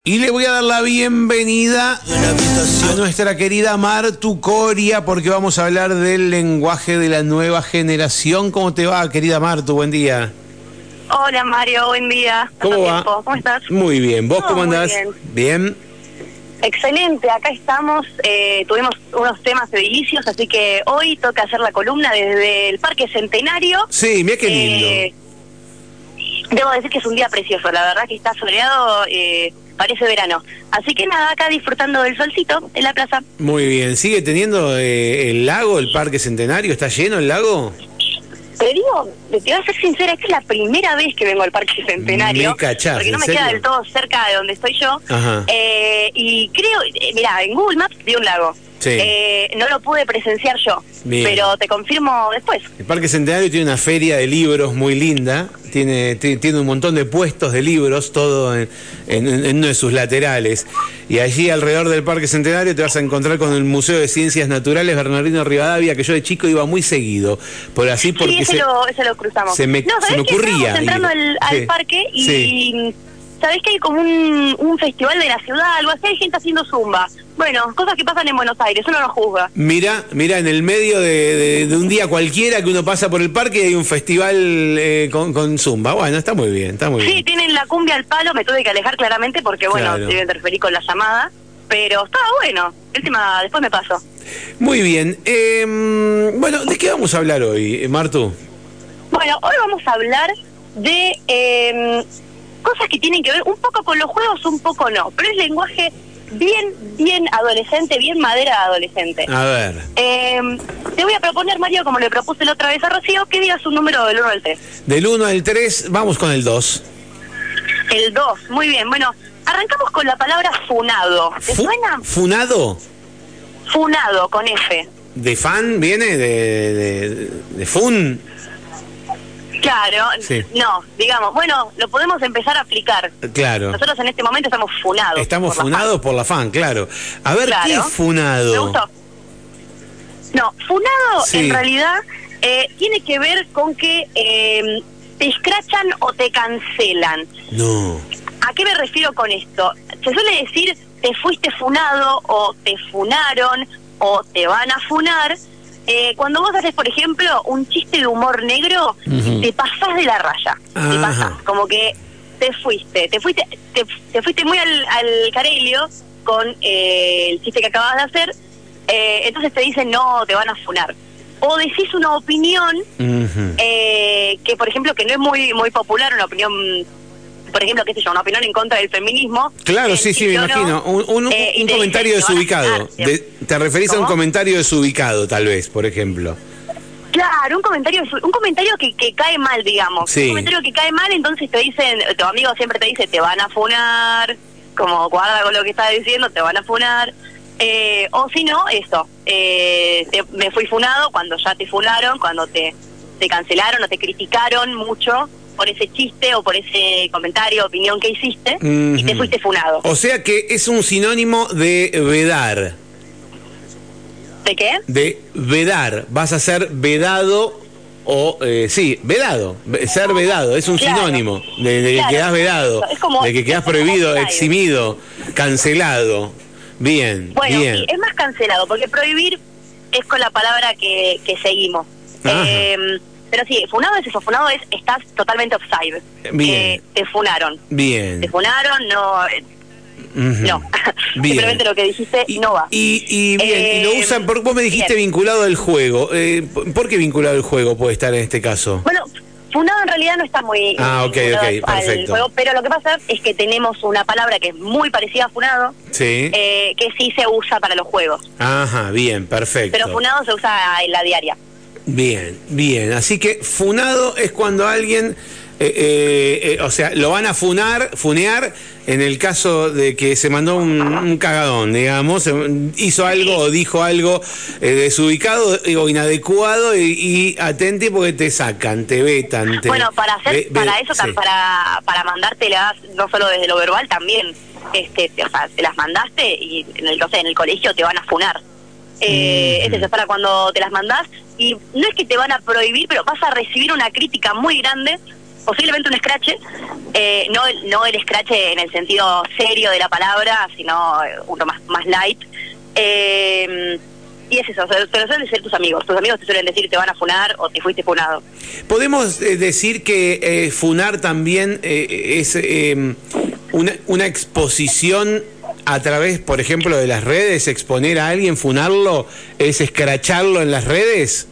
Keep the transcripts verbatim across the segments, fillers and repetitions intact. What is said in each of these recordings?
Y le voy a dar la bienvenida a nuestra querida Martu Coria, porque vamos a hablar del lenguaje de la nueva generación. ¿Cómo te va, querida Martu? Buen día. Hola, Mario, buen día. ¿Cómo va? Tiempo. ¿Cómo estás? Muy bien. ¿Vos oh, cómo andás? Bien. Bien. Excelente, acá estamos. Eh, tuvimos unos temas edilicios, así que hoy toca hacer la columna desde el Parque Centenario. Sí, mira qué lindo. Eh, debo decir que es un día precioso, la verdad que está soleado, eh, parece verano. Así que nada, acá disfrutando del solcito en la plaza. Muy bien. ¿Sigue teniendo eh, el lago, el Parque Centenario? ¿Está lleno el lago? Te digo, te voy a ser sincera, esta es la primera vez que vengo al Parque Centenario. Me cachás, porque no me ¿en queda serio? del todo cerca de donde estoy yo. Ajá. Eh, y creo, eh, mirá, en Google Maps vi un lago. Sí. Eh, no lo pude presenciar yo, Bien. pero te confirmo después. El Parque Centenario tiene una feria de libros muy linda, tiene, t- tiene un montón de puestos de libros, todo en, en, en uno de sus laterales. Y allí alrededor del Parque Centenario te vas a encontrar con el Museo de Ciencias Naturales Bernardino Rivadavia, que yo de chico iba muy seguido, por así porque sí, ese, se, lo, ese lo cruzamos. se me, no, se me ¿sabés qué? ocurría. Estábamos entrando ir. al, al Sí. parque y... Sí. ¿Sabés que hay como un, un festival de la ciudad, algo así? Hay gente haciendo zumba. Bueno, cosas que pasan en Buenos Aires, uno no juzga. Mira, mira, en el medio de, de, de un día cualquiera que uno pasa por el parque hay un festival eh, con, con zumba. Bueno, está muy bien, está muy Sí, bien. tienen la cumbia al palo, me tuve que alejar claramente porque, bueno, Claro. se iba a interferir con la llamada, pero estaba bueno. Última, después me paso. Muy bien. Eh, bueno, ¿de qué vamos a hablar hoy, Martu? Bueno, hoy vamos a hablar de eh, cosas que tienen que ver un poco con los juegos, un poco no, pero es lenguaje bien, bien adolescente, bien madera de adolescente. A ver. Eh, te voy a proponer, Mario, como le propuse la otra vez a Rocío, que digas un número del uno al tres. Del uno al tres, vamos con el dos. El dos, muy bien. Bueno, arrancamos con la palabra funado. ¿Te Fu- suena? ¿Funado? Funado, con F. ¿De fan viene? ¿De, de, de fun? Claro, Sí. no, digamos, bueno, lo podemos empezar a aplicar. Claro. Nosotros en este momento estamos funados. Estamos por la funados por la fan, claro. A ver, Claro. ¿qué es funado? Me gustó. No, funado Sí. en realidad eh, tiene que ver con que eh, te escrachan o te cancelan. No. ¿A qué me refiero con esto? Se suele decir te fuiste funado o te funaron o te van a funar. Eh, cuando vos haces, por ejemplo, un chiste de humor negro, Ujú. te pasás de la raya. Te Ajá. pasás, como que te fuiste, te fuiste, te, te fuiste muy al, al carelio con eh, el chiste que acabas de hacer. Eh, entonces te dicen no, te van a funar. O decís una opinión Ujú. eh, que, por ejemplo, que no es muy muy popular, una opinión, por ejemplo, qué sé yo, una opinión en contra del feminismo. Claro, Eh, sí, sí, y me yo no, imagino. Un, un- eh, y un te comentario dicen, "Te van a desubicado. funar". De- ¿Te referís a un ¿Cómo? comentario comentario desubicado, tal vez, por ejemplo? Claro, un comentario un comentario que, que cae mal, digamos. Sí. Un comentario que cae mal, entonces te dicen, tu amigo siempre te dice, te van a funar, como guarda con lo que estás diciendo, te van a funar. Eh, o si no, eso, eh, te- me fui funado cuando ya te funaron, cuando te, te cancelaron o te criticaron mucho por ese chiste o por ese comentario, opinión que hiciste, y te Ujú. fuiste funado. O sea que es un sinónimo de vedar. ¿De qué? De vedar. Vas a ser vedado o... eh, sí, vedado. Ve- Ser vedado. Es un Claro. sinónimo de, de Claro, que quedás vedado. es como- De que quedás es como prohibido, offside. eximido, cancelado. Bien, Bueno, bien. sí, es más cancelado, porque prohibir es con la palabra que, que seguimos. Ajá. Eh, pero sí, funado es eso, funado es, estás totalmente offside. Bien. Eh, te funaron. Bien. Te funaron, no, eh, Ujú. no. Bien. Simplemente lo que dijiste Y, no va. y, y bien, Eh, y lo usan, por, vos me dijiste bien. vinculado al juego. Eh, ¿Por qué vinculado al juego puede estar en este caso? Bueno, funado en realidad no está muy Ah, ok, vinculado ok, al perfecto. juego, pero lo que pasa es que tenemos una palabra que es muy parecida a funado, Sí. eh, que sí se usa para los juegos. Ajá, bien, perfecto. Pero funado se usa en la diaria. Bien, bien. Así que funado es cuando alguien, eh, eh, eh, o sea, lo van a funar, funear, en el caso de que se mandó un, un cagadón, digamos, eh, hizo algo o dijo algo eh, desubicado eh, o inadecuado y, y atente porque te sacan, te vetan. Te, Bueno, para hacer, ve- ve- para eso, sí. tam- para para mandártelas, no solo desde lo verbal, también, este, te, o sea, te las mandaste y en el, no sé, en el colegio te van a funar. Eh, Ujú. Es eso, es para cuando te las mandás y no es que te van a prohibir, pero vas a recibir una crítica muy grande posiblemente un scratch, eh, no, el- no el scratch en el sentido serio de la palabra, sino eh, uno más, más light. Eh, y es eso, o sea, te lo suelen decir tus amigos. Tus amigos te suelen decir te van a funar o te fuiste funado. Podemos eh, decir que eh, funar también eh, es eh, una, una exposición a través, por ejemplo, de las redes, exponer a alguien, funarlo, es escracharlo en las redes.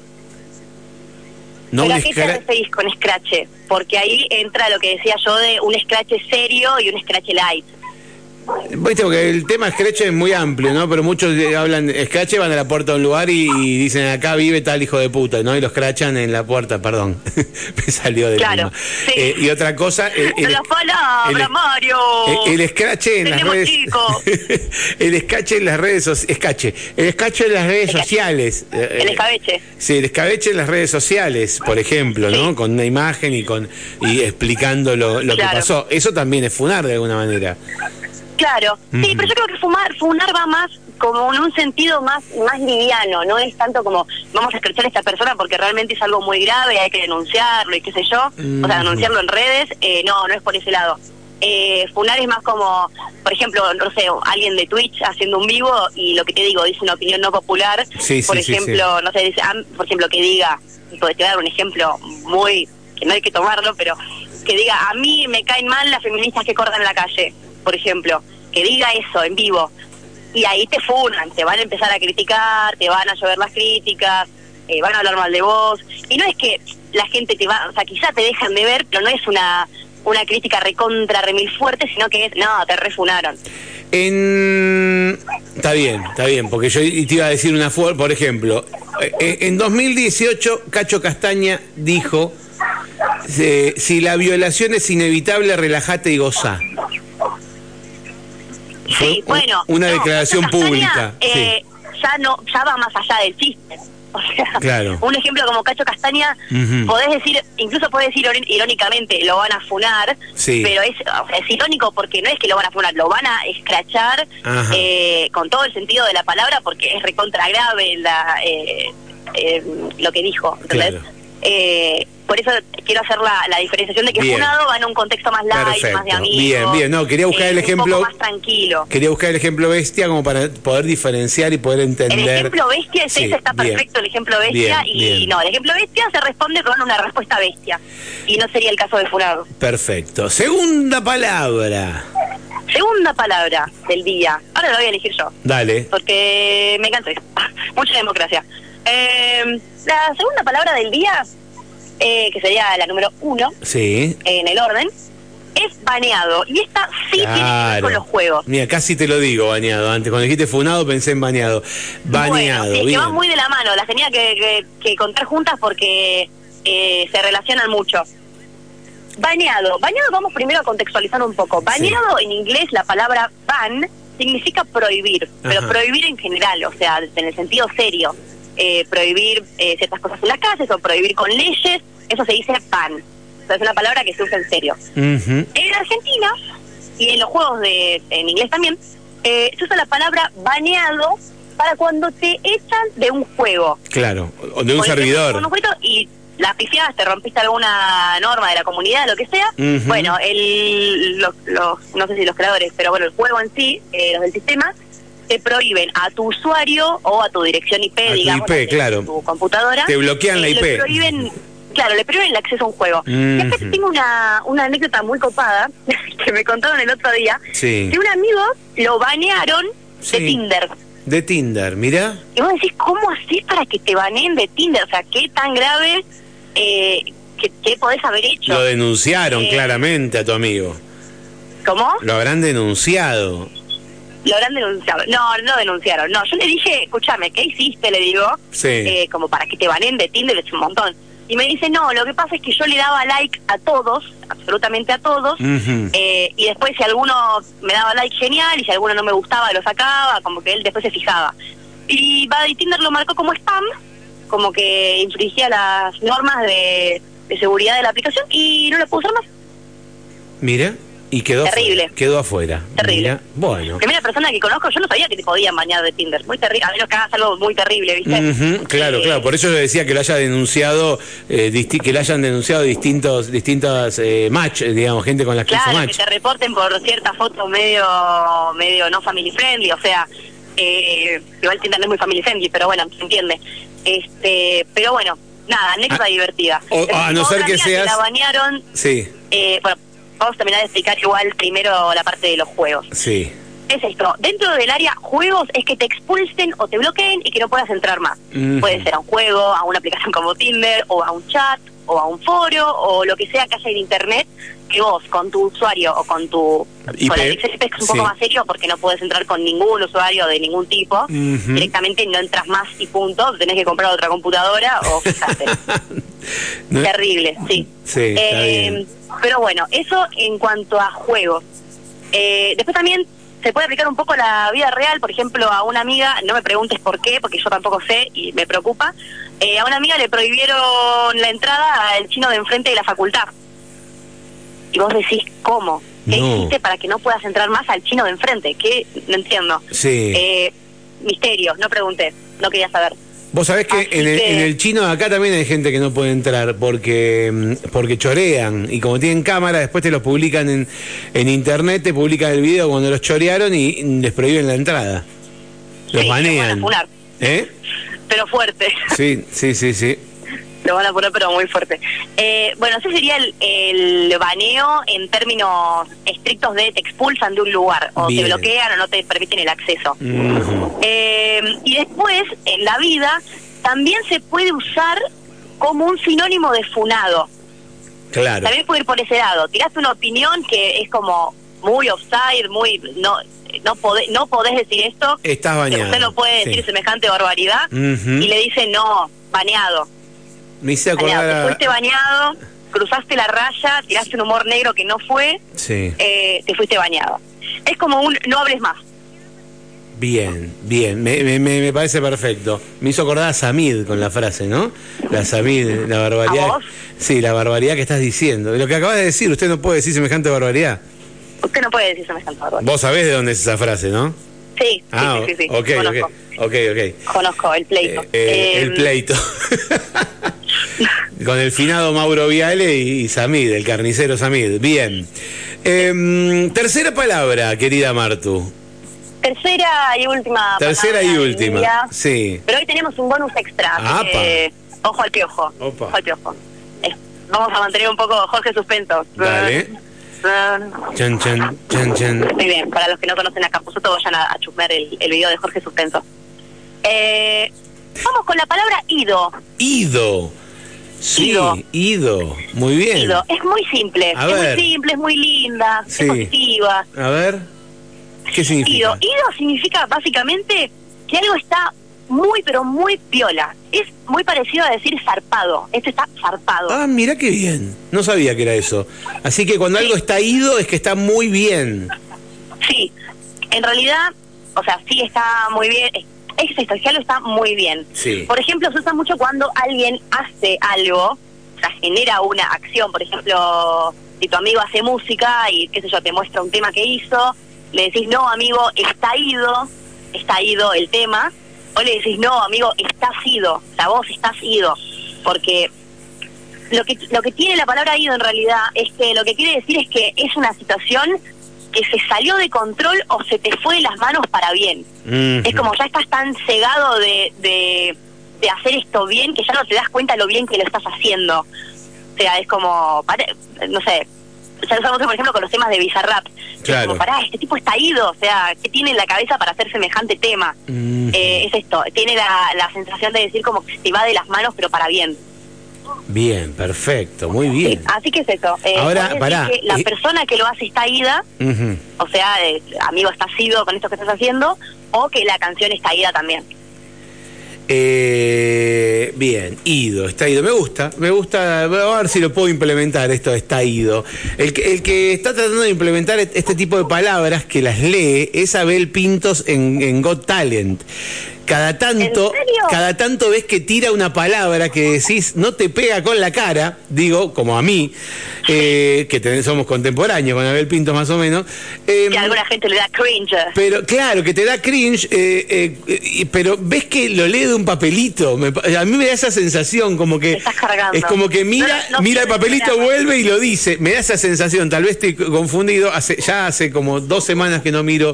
No ¿Pero un a qué te escra- referís con scratch? Porque ahí entra lo que decía yo de un scratch serio y un scratch light. Viste, porque el tema Scratch es muy amplio, ¿no? Pero muchos eh, hablan Scratch, van a la puerta de un lugar y, y dicen acá vive tal hijo de puta, ¿no? Y los scratchan en la puerta, perdón. Me salió del Claro, alma. sí. Eh, y otra cosa, eh, ¡De el, las palabras, el- Mario! el, el Scratch en las Tenemos redes. chico. El Scratch en las redes sociales. El Scratch en las redes Escache. sociales. Eh, El eh, escabeche. Sí, el escabeche en las redes sociales, por ejemplo, ¿no? Sí. Con una imagen y con y explicando lo, lo Claro. que pasó. Eso también es funar de alguna manera. Claro, Ujú. sí, pero yo creo que fumar, funar va más como en un sentido más más liviano, no es tanto como vamos a escrachar a esta persona porque realmente es algo muy grave, hay que denunciarlo y qué sé yo, o sea, denunciarlo en redes, eh, no, no es por ese lado. Eh, funar es más como, por ejemplo, no sé, alguien de Twitch haciendo un vivo y lo que te digo, dice una opinión no popular, Sí, sí, por sí, ejemplo, no sé, dice, ah, por ejemplo, que diga, te voy a dar un ejemplo muy, que no hay que tomarlo, pero que diga, a mí me caen mal las feministas que cortan en la calle, por ejemplo, que diga eso en vivo, y ahí te funan, te van a empezar a criticar, te van a llover las críticas, eh, van a hablar mal de vos, y no es que la gente te va, o sea, quizá te dejan de ver, pero no es una una crítica recontra, remil fuerte, sino que es, no, te refunaron. En... Está bien, está bien, porque yo te iba a decir una fuerte, por ejemplo, eh, en dos mil dieciocho Cacho Castaña dijo, eh, si la violación es inevitable, relájate y gozá. Fue Sí, un- bueno, una no, declaración Cacho Castaña, pública. eh, ya no, ya va más allá del chiste. O sea, Claro. un ejemplo como Cacho Castaña, Ujú. podés decir, incluso podés decir iron- irónicamente, lo van a funar, Sí. pero es, o sea, es irónico porque no es que lo van a funar, lo van a escrachar Ajá. eh, con todo el sentido de la palabra porque es recontra grave la, eh, eh, lo que dijo, ¿entendés? Claro. Eh, por eso quiero hacer la, la diferenciación de que Bien. funado va en un contexto más light, más de Perfecto. amigos. Bien, bien. No, quería buscar eh, el un ejemplo- poco más tranquilo. Quería buscar el ejemplo bestia como para poder diferenciar y poder entender. El ejemplo bestia es Sí, ese, está bien. perfecto el ejemplo bestia, Bien, y bien. no, el ejemplo bestia se responde con una respuesta bestia, y no sería el caso de funado. Perfecto. Segunda palabra. Segunda palabra del día, ahora la voy a elegir yo, Dale. porque me cansé, mucha democracia. Eh, la segunda palabra del día, eh, que sería la número uno Sí. en el orden, es baneado, y esta sí tiene que ver con los juegos. Mira, casi te lo digo, baneado. Antes, cuando dijiste funado, pensé en baneado. Baneado, Bueno, sí, es que bien. van muy de la mano, las tenía que, que- que contar juntas porque eh, se relacionan mucho. Baneado. Baneado, vamos primero a contextualizar un poco. Baneado en inglés, la palabra ban significa prohibir, pero Ajá. prohibir en general, o sea, en el sentido serio. Eh, prohibir eh, ciertas cosas en las calles o prohibir con leyes, eso se dice ban. O sea, es una palabra que se usa en serio. Ujú. En Argentina, y en los juegos de en inglés también, eh, se usa la palabra baneado para cuando te echan de un juego. Claro, o de un Por ejemplo, servidor. con un jueguito y la pifiaste, te rompiste alguna norma de la comunidad, lo que sea. Ujú. Bueno, el, los, los- no sé si los creadores, pero bueno, el juego en sí, eh, los del sistema, te prohíben a tu usuario o a tu dirección I P, A tu digamos, I P, de claro. tu computadora. Te bloquean la eh, I P. Le prohíben, claro, le prohíben el acceso a un juego. Y acá Ujú. tengo una, una anécdota muy copada que me contaron el otro día, Sí. que un amigo lo banearon Sí. de Tinder. De Tinder, mira. Y vos decís, ¿cómo haces para que te baneen de Tinder? O sea, ¿qué tan grave eh, que, que podés haber hecho? Lo denunciaron Eh, claramente a tu amigo. ¿Cómo? Lo habrán denunciado. Lo habrán denunciado. No, no denunciaron. No, yo le dije, escúchame, ¿qué hiciste? Le digo, Sí. eh, como para que te baneen de Tinder, es un montón. Y me dice, no, lo que pasa es que yo le daba like a todos, absolutamente a todos, Ujú. eh, y después si alguno me daba like, genial, y si alguno no me gustaba, lo sacaba, como que él después se fijaba. Y, va, y Tinder lo marcó como spam, como que infringía las normas de, de seguridad de la aplicación, y no lo puedo usar más. Mira. Y quedó terrible. Afuera, quedó afuera. Terrible. Mira, bueno. Primera persona que conozco, yo no sabía que te podían bañar de Tinder. Muy terrible, a menos que hagas algo muy terrible, ¿viste? Uh-huh, claro, eh, claro. Por eso yo decía que lo haya denunciado, eh, disti- que lo hayan denunciado distintos, distintas eh, match, digamos, gente con las que claro, hizo match. Que te reporten por ciertas fotos medio, medio no family friendly, o sea, eh, igual Tinder no es muy family friendly, pero bueno, se entiende. Este, pero bueno, nada, anécdota ah, divertida. O, a no ser que seas. Que la bañaron. Sí. Eh, bueno, vamos a terminar de explicar igual primero la parte de los juegos. Sí. Es esto, dentro del área juegos es que te expulsen o te bloqueen y que no puedas entrar más. Mm. Puede ser a un juego, a una aplicación como Tinder, o a un chat, o a un foro, o lo que sea que haya en internet, que vos con tu usuario o con tu... I P, con la I P es un poco sí. más serio porque no puedes entrar con ningún usuario de ningún tipo. Uh-huh. Directamente no entras más y punto. Tenés que comprar otra computadora o fíjate. no. Terrible, sí. Sí, eh, pero bueno, eso en cuanto a juegos. Eh, después también se puede aplicar un poco a la vida real. Por ejemplo, a una amiga, no me preguntes por qué, porque yo tampoco sé y me preocupa. Eh, a una amiga le prohibieron la entrada al chino de enfrente de la facultad. Y vos decís, ¿cómo? ¿Qué no. hiciste para que no puedas entrar más al chino de enfrente? ¿Qué? No entiendo. Sí. Eh, misterio, no pregunté, no quería saber. Vos sabés que en el, que en el chino de acá también hay gente que no puede entrar porque porque chorean y como tienen cámara después te los publican en, en internet, te publican el video cuando los chorearon y les prohíben la entrada. Los sí, banean. ¿Eh? Pero fuerte. Sí, sí, sí, sí. Lo van a poner pero muy fuerte. Eh, bueno, ese sería el, el baneo en términos estrictos de te expulsan de un lugar, o Bien. te bloquean o no te permiten el acceso. Uh-huh. Eh, y después, en la vida, también se puede usar como un sinónimo de funado. Claro. También puede ir por ese lado. Tiraste una opinión que es como muy offside, muy... no no podés, no podés decir esto. Estás bañado. Usted no puede decir sí. semejante barbaridad. Uh-huh. Y le dice, no, baneado. Me hice acordar bañado. A... Te fuiste bañado, cruzaste la raya, tiraste un humor negro que no fue, sí. eh, te fuiste bañado. Es como un no hables más. Bien, bien, me, me, me parece perfecto. Me hizo acordar a Samid con la frase, ¿no? La Samid, la barbaridad. ¿A vos? Sí, la barbaridad que estás diciendo. Lo que acabas de decir, usted no puede decir semejante barbaridad. Usted no puede decir semejante barbaridad. Vos sabés de dónde es esa frase, ¿no? Sí, ah, sí, sí, sí, sí. Okay, Conozco. ok, ok, ok. Conozco, el pleito. Eh, eh, eh, el pleito. Con el finado Mauro Viale y, y Samid, el carnicero Samid. Bien. Eh, tercera palabra, querida Martu. Tercera y última. Tercera y última, día. Sí. Pero hoy tenemos un bonus extra. Así que, ojo al piojo. Opa. Ojo al piojo. Eh, vamos a mantener un poco Jorge suspenso. Dale. Chan, chan, chan, chan. Muy bien, para los que no conocen a Capusotto, vayan a, a chusmear el, el video de Jorge Suspenso. Eh, vamos con la palabra ido. Ido. Sí, ido. ido. Muy bien. Ido. Es muy simple. A es ver. muy simple, es muy linda, sí. es positiva. A ver. ¿Qué significa? Ido. Ido significa básicamente que algo está muy, pero muy piola. Es muy parecido a decir zarpado. Esto está zarpado. Ah, mira qué bien. No sabía que era eso. Así que cuando sí. algo está ido es que está muy bien. Sí. En realidad, o sea, sí está muy bien. Es esto, es que algo está muy bien. Sí. Por ejemplo, se usa mucho cuando alguien hace algo, o sea, genera una acción. Por ejemplo, si tu amigo hace música y, qué sé yo, te muestra un tema que hizo, le decís, no, amigo, está ido, está ido el tema. O le decís, no, amigo, estás ido, o sea, vos estás ido, porque lo que lo que tiene la palabra ido en realidad es que lo que quiere decir es que es una situación que se salió de control o se te fue de las manos para bien. Mm-hmm. Es como ya estás tan cegado de, de, de hacer esto bien que ya no te das cuenta lo bien que lo estás haciendo. O sea, es como, no sé, ya lo usamos por ejemplo con los temas de Bizarrap. Claro. Es como, pará, este tipo está ido, o sea, ¿qué tiene en la cabeza para hacer semejante tema? Mm. Eh, es esto, tiene la, la sensación de decir como que se va de las manos, pero para bien. Bien, perfecto, muy bien. Sí, así que es eso. Eh, Ahora, pará. Que la eh... persona que lo hace está ida, uh-huh. o sea, eh, amigo, estás ido con esto que estás haciendo, o que la canción está ida también. Eh, bien, ido, está ido. Me gusta, me gusta. A ver si lo puedo implementar, esto está ido. El que, el que está tratando de implementar este tipo de palabras que las lee es Abel Pintos en, en Got Talent, cada tanto, cada tanto ves que tira una palabra que decís, no te pega con la cara, digo, como a mí, eh, que ten, somos contemporáneos con Abel Pintos más o menos. Eh, que a alguna gente le da cringe. Pero claro, que te da cringe, eh, eh, pero ves que lo lee de un papelito. Me, a mí me da esa sensación, como que estás cargando. Es como que mira, no, no, mira el papelito, vuelve y lo dice. Me da esa sensación, tal vez estoy confundido. Hace, ya hace como dos semanas que no miro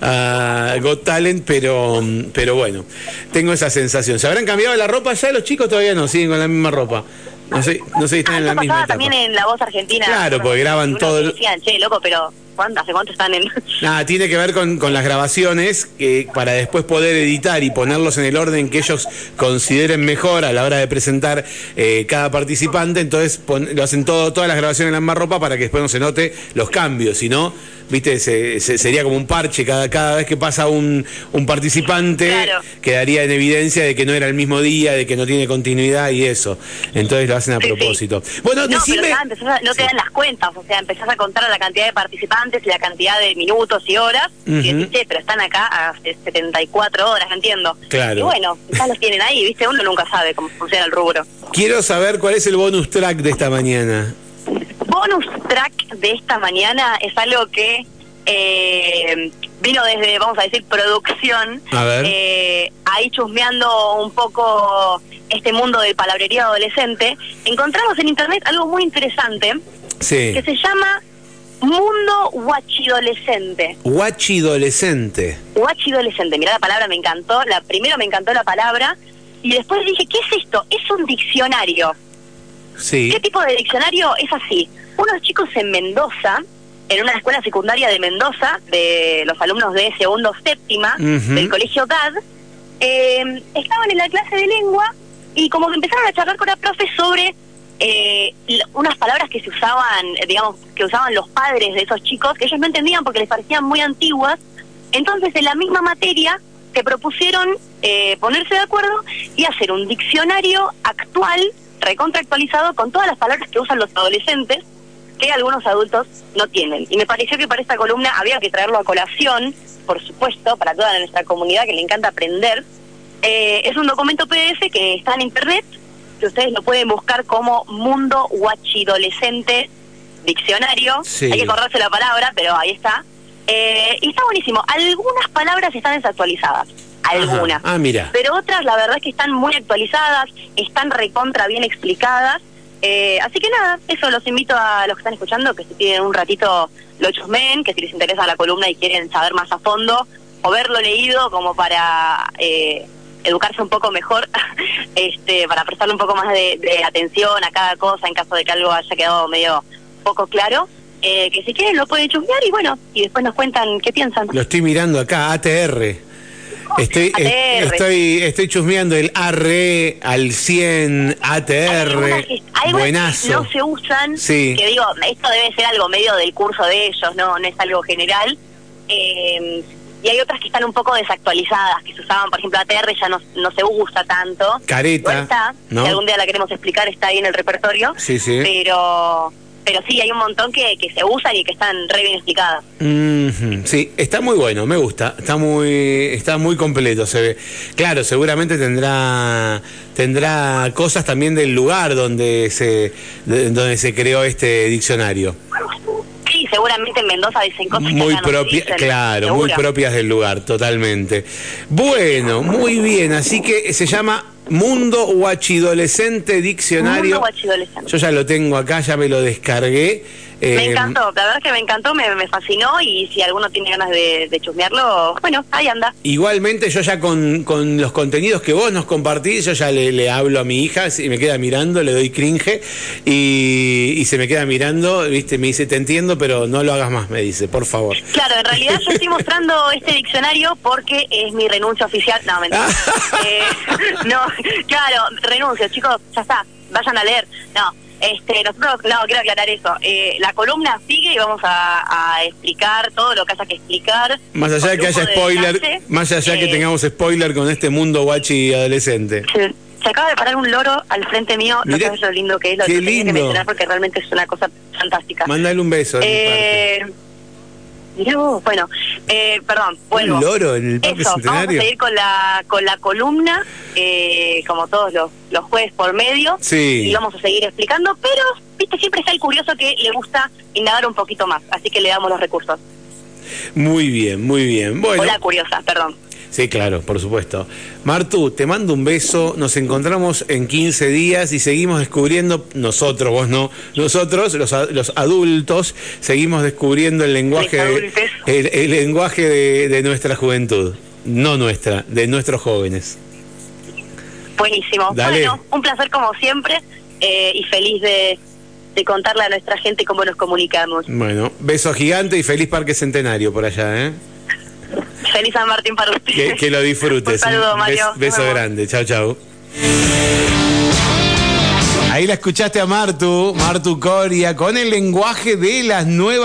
a uh, Got Talent, pero, pero bueno, tengo esa sensación. ¿Se habrán cambiado la ropa ya los chicos? Todavía no, siguen con la misma ropa. No sé, no sé si están ah, en la misma etapa. También en La Voz Argentina. Claro, porque graban todo. Decían, che, loco, pero ¿cuánto, ¿hace cuánto están en...? Nada, tiene que ver con, con las grabaciones, que para después poder editar y ponerlos en el orden que ellos consideren mejor a la hora de presentar eh, cada participante. Entonces pon, lo hacen todo, todas las grabaciones en la misma ropa para que después no se note los cambios, si no... Viste, se, se, sería como un parche cada, cada vez que pasa un, un participante, claro. Quedaría en evidencia de que no era el mismo día, de que no tiene continuidad y eso. Entonces lo hacen a sí, propósito. Sí. Bueno, no, decime... pero empezás a, no te sí. dan las cuentas, o sea, empezás a contar la cantidad de participantes y la cantidad de minutos y horas, uh-huh. y decís, che, pero están acá hace setenta y cuatro horas, entiendo. Claro. Y bueno, quizás los tienen ahí, viste, uno nunca sabe cómo funciona el rubro. Quiero saber cuál es el bonus track de esta mañana. Bonus track de esta mañana es algo que eh, vino desde, vamos a decir, producción, a ver. Eh, ahí chusmeando un poco este mundo del palabrerío adolescente. Encontramos en internet algo muy interesante, sí. que se llama Mundo Guachidolescente. Guachidolescente. Guachidolescente, mirá la palabra, me encantó. La primero me encantó la palabra y después dije, ¿qué es esto? Es un diccionario. Sí. ¿Qué tipo de diccionario? Es así. Unos chicos en Mendoza, en una escuela secundaria de Mendoza, de los alumnos de segundo séptima, uh-huh. del colegio G A D, eh, estaban en la clase de lengua y como que empezaron a charlar con la profe sobre eh, unas palabras que se usaban, digamos, que usaban los padres de esos chicos, que ellos no entendían porque les parecían muy antiguas. Entonces, en la misma materia, se propusieron eh, ponerse de acuerdo y hacer un diccionario actual, recontraactualizado, con todas las palabras que usan los adolescentes, que algunos adultos no tienen. Y me pareció que para esta columna había que traerlo a colación, por supuesto, para toda nuestra comunidad que le encanta aprender. Eh, es un documento P D F que está en internet, que ustedes lo pueden buscar como Mundo Guachidolescente Diccionario. Sí. Hay que acordarse la palabra, pero ahí está. Eh, y está buenísimo. Algunas palabras están desactualizadas. Algunas. Ah, mira. Pero otras, la verdad es que están muy actualizadas, están recontra bien explicadas. Eh, así que nada, eso, los invito a los que están escuchando, que si tienen un ratito lo chusmen, que si les interesa la columna y quieren saber más a fondo, o verlo leído como para eh, educarse un poco mejor, este para prestarle un poco más de, de atención a cada cosa en caso de que algo haya quedado medio poco claro. Eh, que si quieren lo pueden chusmear y bueno, y después nos cuentan qué piensan. Lo estoy mirando acá, A T R. Estoy, A T R. estoy estoy chusmeando el A R E al cien, A T R, que, hay buenazo. Que no se usan, sí. Que digo, esto debe ser algo medio del curso de ellos, no no es algo general. Eh, y hay otras que están un poco desactualizadas, que se usaban, por ejemplo, A T R ya no, no se usa tanto. Careta, está, ¿no? Si algún día la queremos explicar, está ahí en el repertorio. Sí, sí. Pero... Pero sí, hay un montón que, que se usan y que están re bien explicadas. Mm-hmm. Sí, está muy bueno, me gusta, está muy está muy completo, se ve. Claro, seguramente tendrá tendrá cosas también del lugar donde se de, donde se creó este diccionario. Sí, seguramente en Mendoza dicen cosas muy que acá no propia, se dicen, claro, seguro. Muy propias del lugar, totalmente. Bueno, muy bien, así que se llama Mundo Guachidolescente Diccionario. Mundo Guachidolescente. Yo ya lo tengo acá, ya me lo descargué. Me eh, encantó, la verdad es que me encantó, me, me fascinó y si alguno tiene ganas de, de chusmearlo, bueno, ahí anda. Igualmente yo ya con, con los contenidos que vos nos compartís, yo ya le, le hablo a mi hija y me queda mirando, le doy cringe y, y se me queda mirando, viste, me dice, te entiendo, pero no lo hagas más, me dice, por favor. Claro, en realidad yo estoy mostrando este diccionario porque es mi renuncia oficial. No, mentira. eh, no, claro, renuncio, chicos, ya está, vayan a leer. No. Este, nosotros, no, quiero aclarar eso. Eh, la columna sigue y vamos a, a explicar todo lo que haya que explicar. Más allá de que haya spoiler, de más allá eh, que tengamos spoiler con este mundo guachi adolescente. Se, se acaba de parar un loro al frente mío. Mirá, no sabes lo lindo que es, lo que tenía que mencionar porque realmente es una cosa fantástica. Mándale un beso de eh, mi parte. Mirá vos, bueno, eh, perdón, vuelvo. Un loro en el Parque Eso, Centenario. vamos a seguir con la con la columna, eh, como todos los, los jueves por medio, Sí. y vamos a seguir explicando, pero, viste, siempre está el curioso que le gusta indagar un poquito más, así que le damos los recursos. Muy bien, muy bien. Bueno. O la curiosa, perdón. Sí, claro, por supuesto. Martu, te mando un beso, nos encontramos en quince días y seguimos descubriendo, nosotros, vos no, nosotros, los, los adultos, seguimos descubriendo el lenguaje, de, el, el lenguaje de, de nuestra juventud, no nuestra, de nuestros jóvenes. Buenísimo. Dale. Bueno, un placer como siempre, eh, y feliz de, de contarle a nuestra gente cómo nos comunicamos. Bueno, beso gigante y feliz Parque Centenario por allá, ¿eh? Feliz San Martín para usted. Que, que lo disfrutes. Un saludo, Mario. Beso, beso grande. Chau, chau. Ahí la escuchaste a Martu, Martu Coria, con el lenguaje de las nuevas